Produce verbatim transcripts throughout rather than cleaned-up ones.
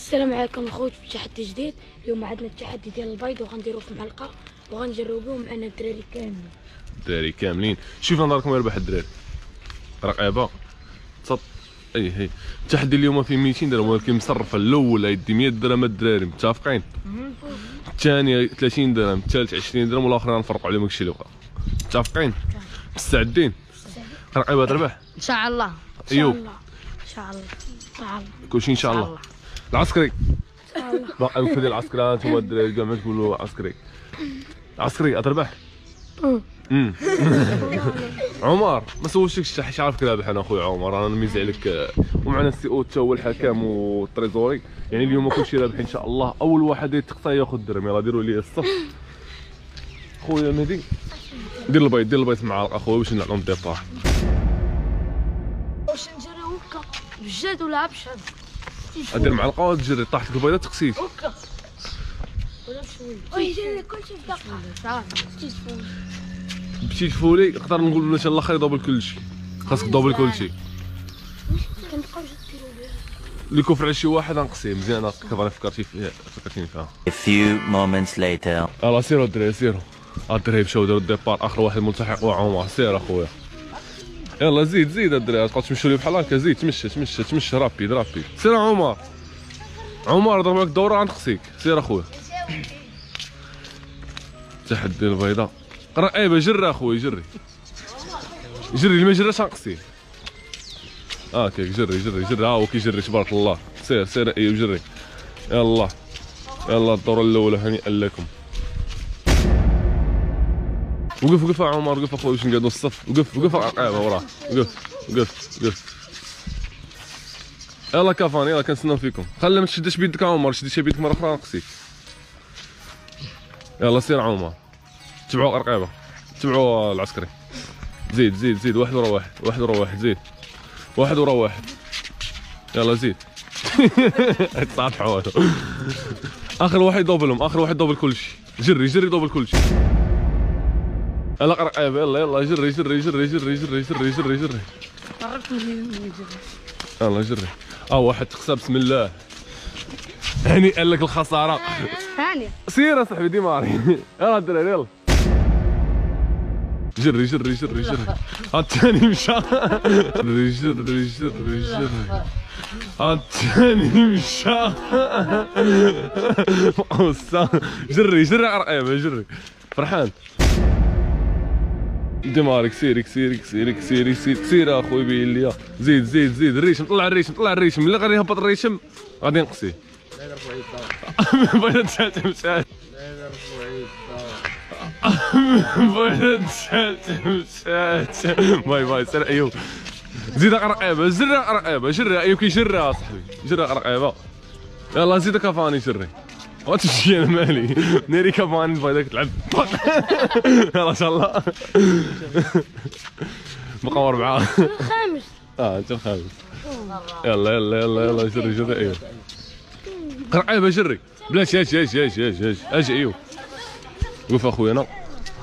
السلام عليكم اخوت في تحدي جديد. اليوم عندنا التحدي ديال البيض وغنديروه في معلقه وغنجربوه معنا الدراري كاملين. الدراري كاملين شوف نظركم يربح الدراري رقابه تصط اي هي التحدي اليوم فيه مئتين درهم ولكن مصرفه الاول يدي مئة درهم الدراري متفقين. الثانيه ثلاثين درهم الثالث عشرين درهم والاخرين غنفرقوا عليهم داكشي اللي بقى متفقين. مستعدين رقابه تربح ان شاء الله. ايوب ان شاء الله ان شاء الله كلشي ان شاء الله. العسكري ان شاء الله باقي ديال العسكري انتم الدراري كاع ما تقولوا عسكري عسكري اتربح. امم عمر ما سولتكش حتى حاجه عارفك رابح انا خويا عمر انا نميز عليك ومعنا السي او حتى هو الحكم والتريزوري يعني اليوم كلشي رابح ان شاء الله. اول واحد يتقطع ياخذ درهم. يلاه ديروا لي الصف خويا مهدي دير البيض دير البيض مع اخويا باش نعطيهم الديبار. واش نجري هكا بجد ولا بشد؟ دير معلقه وتجري طاحت لك البيضه تقسيت هكا ولا بشويه. وي جري كلشي في دقه. مشيت تفولي نقدر نقول ان شاء الله خير دوبل كلشي خاصك دوبل كلشي. كنبقاو ديروا اللي كفر على شي واحد غنقسيه مزيان كيف فكرتي فيها فكرتيني فيها. A few moments later. يلاه سيروا الدراري سيروا الدراري مشاو داروا الديبار اخر واحد ملتحق هو عمر. سير اخويا يلا زيد زيد الدراري تبقاو تمشوا لي بحال هكا زيد تمشى تمشى تمشى رابيد رابيد. سير عمر عمر ضرب لك دوره غنقصيك. سير اخويا تحدي البيضه رقيبه جري اخويا جري جري اللي ما جراش غنقصيه. اه كيك جري جري جري ها هو كيجري تبارك الله. سير سير ايوب جري يلا يلا الدوره الاولى هنيئا لكم. وقف وقف يا عمر وقف اخويا باش نقعدوا الصف. وقف وقف رقيبه وراه وقف وقف وقف يلا كافان يلا كنستناو فيكم. خلي ما تشدش بيدك عمر شديتها بيدك مره اخرى نقصيك. يلا سير عمر تبعوا رقيبه تبعوا العسكري. زيد زيد زيد واحد ورا واحد واحد ورا واحد زيد واحد ورا واحد يلا زيد تصافحوا هذا اخر واحد دوبلهم اخر واحد دوبل كلشي. جري جري دوبل كلشي يلا رقيبه يلا يلا جري جري جري جري جري جري جري جري يلا جري. اه واحد تقسى بسم الله هنيئا لك الخساره. ثانية سير اصاحبي ديماري يلا الدراري يلا جري جري جري جري ها الثاني مشى جري جري جري جري ها الثاني مشى جري جري رقيبه جري فرحان ديمارك سيري سيري سيري سيري سير سير اخويا بين ليا زيد زيد زيد الريشم طلع الريشم طلع الريشم ملي غادي يهبط الريشم غادي نقصيه. بغيت تشات مشات بغيت تشات مشات باي باي سير ايوب زيد رقيبه جري رقيبه جري ايوب كيجري اصاحبي جري رقيبه يلا زيد كافاني جري وتمشي انا مالي ناري كافاني بغيتك تلعب يلا ان شاء الله بقاو اربعه الخامس. اه انت الخامس يلا يلا يلا يلا جري جري ايوب رقيبه جري بلاش اجي اجي اجي اجي اجي اجي ايوب وقف اخويا انا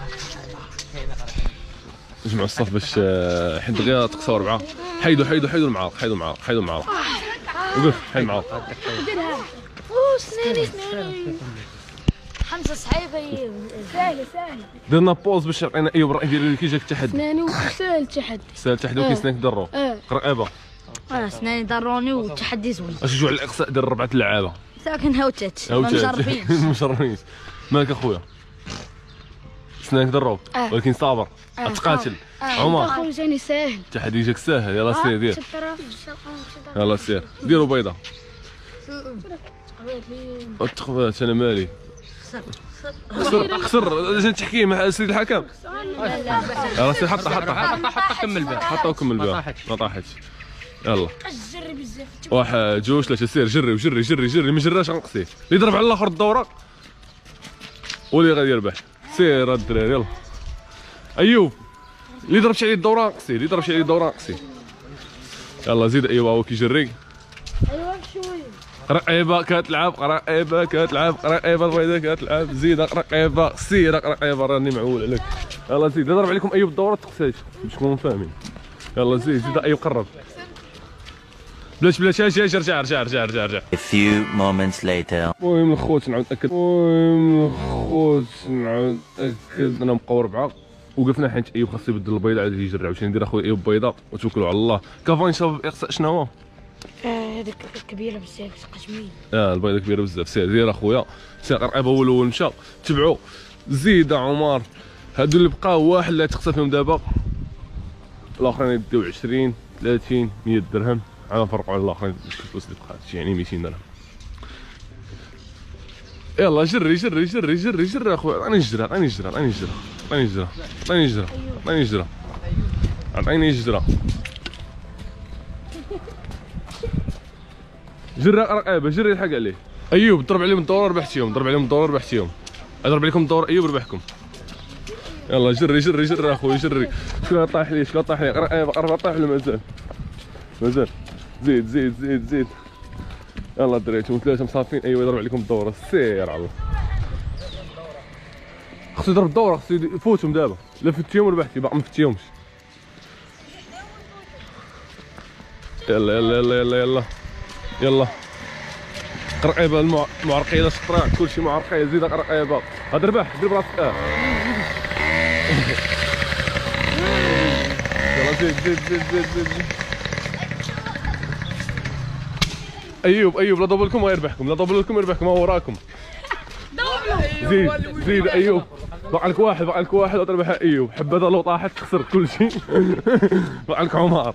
نجمعوا الصف باش حد دغيا تقصاو اربعه. حيدوا حيدوا حيدوا المعالق حيدوا المعالق حيدوا المعالق وقف حيد المعالق. سنيني سنيني حمزة صعيبة سهله سهله. درنا بوز باش يعطينا ايوب الراي ديالو كي جاك التحدي. سناني وسهل التحدي. سهل التحدي وكيسناك درو اه رقيبه انا سناني ضروني والتحدي زوين. اش نجيو على الاقصاء ديال ربعه اللعابه ساكن هاوتات ما مجربينش مجربينش. مالك اخويا سنانك دروك ولكن صابر تقاتل. عمر اخويا جاني ساهل. التحدي جاك ساهل يلا سير دير يلا سير ديروا بيضه تقبات انا مالي خسر خسر لازم تحكي مع سيد الحكم. يلا سير حطها حطها حطها كمل بها حطها وكمل بها ما طاحتش. يلا جري بزاف. واحد جوج ثلاثة سير جري وجري جري جري ما جراش غنقصيه. اللي يضرب على الاخر الدوره واللي غادي يربح. سير الدراري يلا ايوب اللي ضربش عليه الدوره نقصيه اللي ضربش عليه الدوره نقصيه. يلا زيد ايوب هو كيجري. ايوا شويه رقيبه كتلعب رقيبه كتلعب رقيبه البيضاء كتلعب زيد رقيبه سير رقيبه راني معول عليك. يلا زيد ضرب عليكم ايوب الدوره تقصيش باش تكونوا فاهمين. يلا زيد زيد ايوب قرب بلاش بلاش اجي اجي ارجع ارجع ارجع ارجع ارجع. A few moments later. المهم الخوت نعاود نتاكد المهم الخوت نعاود نتاكد انا مبقاو ربعه وقفنا حيت ايوب خاصو يبدل البيضه عاد يجي يجري عاوتاني ندير اخويا ايوب بيضه وتوكلوا على الله. كافاني شباب الاقصاء شنو هو؟ آه، هذيك كبيره بزاف قشمين. اه البيضه كبيره بزاف. سير دير اخويا سير قرقيبه هو الاول مشى تبعوا زيد عمر. هادو اللي بقاو واحد اللي تخسر فيهم دابا الاخرين يديو عشرين ثلاثين مية درهم عاد نفرقوا على الاخرين الفلوس اللي بقات يعني ميتين درهم. يلا جري جري جري جري جري اخويا عطيني الجرة عطيني الجرة عطيني الجرة عطيني الجرة عطيني الجرة عطيني الجرة عطيني الجرة جري رقيبة جري الحق عليه. ايوب ضرب عليهم الدورة ربحتيهم ضرب عليهم الدورة ربحتيهم اضرب عليكم الدورة ايوب ربحكم. يلا جري جري جري اخويا جري. شكون طايح لي شكون طايح لي رقيبة قرب طايح ولا مازال مازال زيد زيد زيد زيد. يلا دريتهم ثلاثة مصافين. ايوا يضرب عليكم الدورة سير على الله. خصو يضرب الدورة خصو يفوتهم دابا. لا فتيهم ربحتي باقي ما فتيهمش. يلا يلا يلا يلا يلا يلا قرقيبة المعرقية شطرة كلشي معرقية زيد قرقيبة. هاد ربح دير براسك اه. يلا زيد زيد زيد زيد زيد. ايوب ايوب لا ضبلكم غيربحكم لا ضبلكم يربحكم هو وراكم. زيد زيد ايوب باقي لك واحد باقي لك واحد وتربح ايوب. حبذا لو طاحت خسرت كل شيء. باقي لك عمر.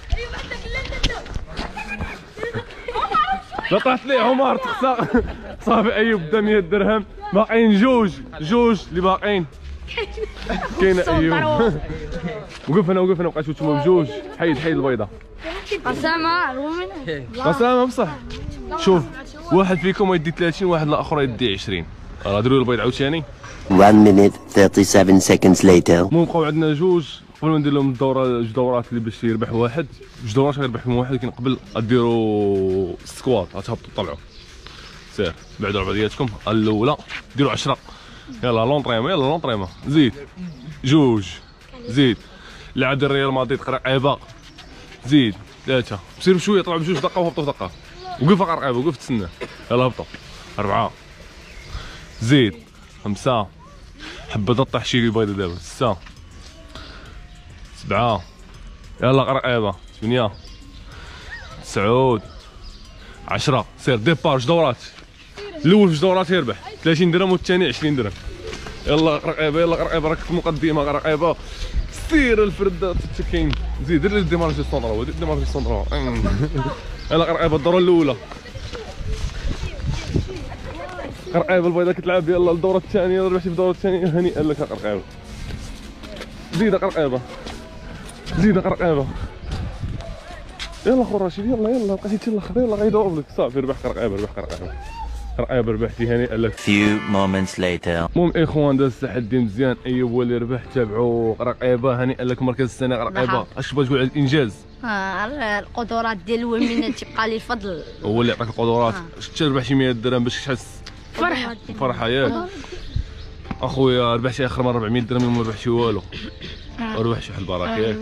لا طاحت لي عمر تخسر. صافي ايوب دا مية درهم باقيين جوج جوج اللي باقيين. كاين ايوب. وقف هنا وقف هنا بقيتو نتوما بجوج. حيد حيد البيضه. قسامة رومنا قسامة بصح. شوف واحد فيكم يدي ثلاثين واحد الاخر يدي عشرين. راه ديروا البيض عاوتاني. one minute thirty-seven seconds later. المهم بقاو عندنا جوج قبل ما ندير لهم الدوره جوج دورات اللي باش يربح واحد جوج دورات غيربح فيهم واحد ولكن قبل غديروا سكواد غتهبطوا طلعوا. سير بعدوا على بعضياتكم الاولى ديروا عشرة. يلا لونطريمون يلا لونطريمون زيد جوج زيد. لاعب الريال مدريد قرقيبه زيد ثلاثة. سير بشويه طلعوا بجوج دقه وهبطوا في دقه. وقف قرقيبه وقف تسنى. يلا هبطوا أربعة زيد خمسة. حبذا طيح شي بيضة دابا ستة سبعة. يلا قرقيبه ثمانية تسعود عشرة. سير ديبار جوج دورات الاول في جوج دورات يربح ثلاثين درهم والثاني عشرين درهم. يلا قرقيبه يلا قرقيبه راك في المقدمه قرقيبه. سير الفرد تتكين زيد دير لي ديمارجي سونطرا دير ديمارجي سونطرا. يلا قرقيبه الدوره الاولى قرقيبه البيضه كتلعب. يلا الدوره الثانيه ربحتي في الدوره الثانيه هنيئا لك قرقيبه. زيد قرقيبه زيد قرقيبه. يلا خو رشيد يلا يلا بقيتي تلخ يلا غيدور لك صافي ربح قرقيبه ربح قرقيبه قرقيبه ربحتي هنيئا لك. Few moments later. المهم اخوان داز التحدي مزيان. ايوب هو اللي ربح. تابعوا قرقيبه هنيئا لك مركز السنه قرقيبه. اش تبغى تقول على الانجاز؟ اه القدرات ديال الومينة تيبقى لي الفضل. هو اللي يعطيك القدرات. شتي ربح شي مية درهم باش تحس فرحة فرحه ياك اخويا. ربحتي اخر مره أربعمية درهم وما ربحتي والو. ربح شي حل بركه ياك.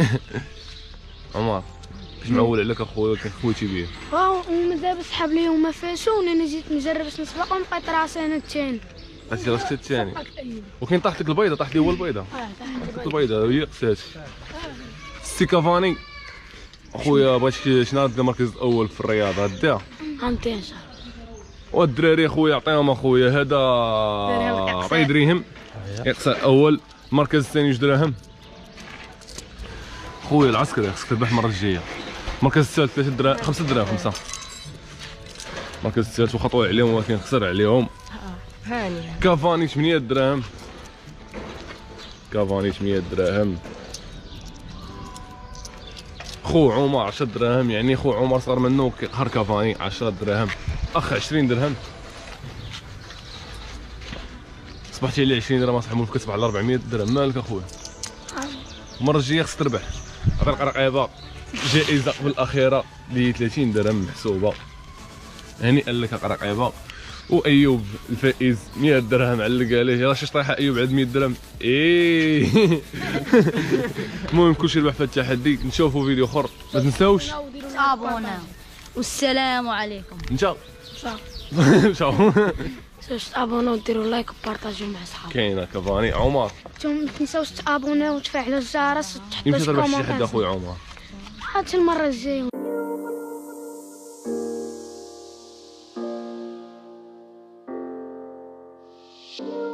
عمر باش معول عليك اخويا كان خويتي بيه. ومازال سحاب لي هما فاسوني انا جيت نجرب باش نسبق ولقيت راسي انا الثاني. عرفتي راسك الثاني وكاين طاحت لك البيضه طاحت لي هو البيضه. طاحت لك البيضه هي قسات. سي كافاني اخويا بغيتك شنو دير المركز الاول في الرياضه ديها غنتي ان شاء الله. والدراري اخويا عطيهم اخويا هذا عطيه دريهم اقصاء اول. المركز الثاني جوج دراهم. خويا العسكري خصك تربح المره الجايه. المركز الثالث ثلاثة دراهم خمسة دراهم خمسة. المركز الثالث وخطوه عليهم ولكن خسر عليهم. كافاني ثمانية دراهم. كافاني ثمانية دراهم. خو عمر عشرة دراهم يعني خو عمر صار منه كيقهر كافاني عشرة دراهم. اخ عشرين درهم. صبحتي على عشرين درهم اصاحبي كتسبح على أربعمية درهم. مالك اخويا المره الجايه خصك تربح. عطيك قرقيبه جائزه قبل الاخيره ل ثلاثين درهم محسوبه هنيئا لك قرقيبه. وايوب الفائز مية درهم علق عليه. راه شي طايحه ايوب عاد مية درهم ايه. المهم كلشي ربح في التحدي. نشوفوا فيديو اخر ما تنساوش تابونا والسلام عليكم. انت شاو شو تنساوش تابوناو وديروا لايك وبارطاجيو مع صحابكم. كاينه كفاني. عمر ما تنساوش تابوناو وتفعلوا الجرس وتحطوا يمشي شي تربح شي حد كومونتير. اخويا عمر. حتى المره الجايه. Thank you.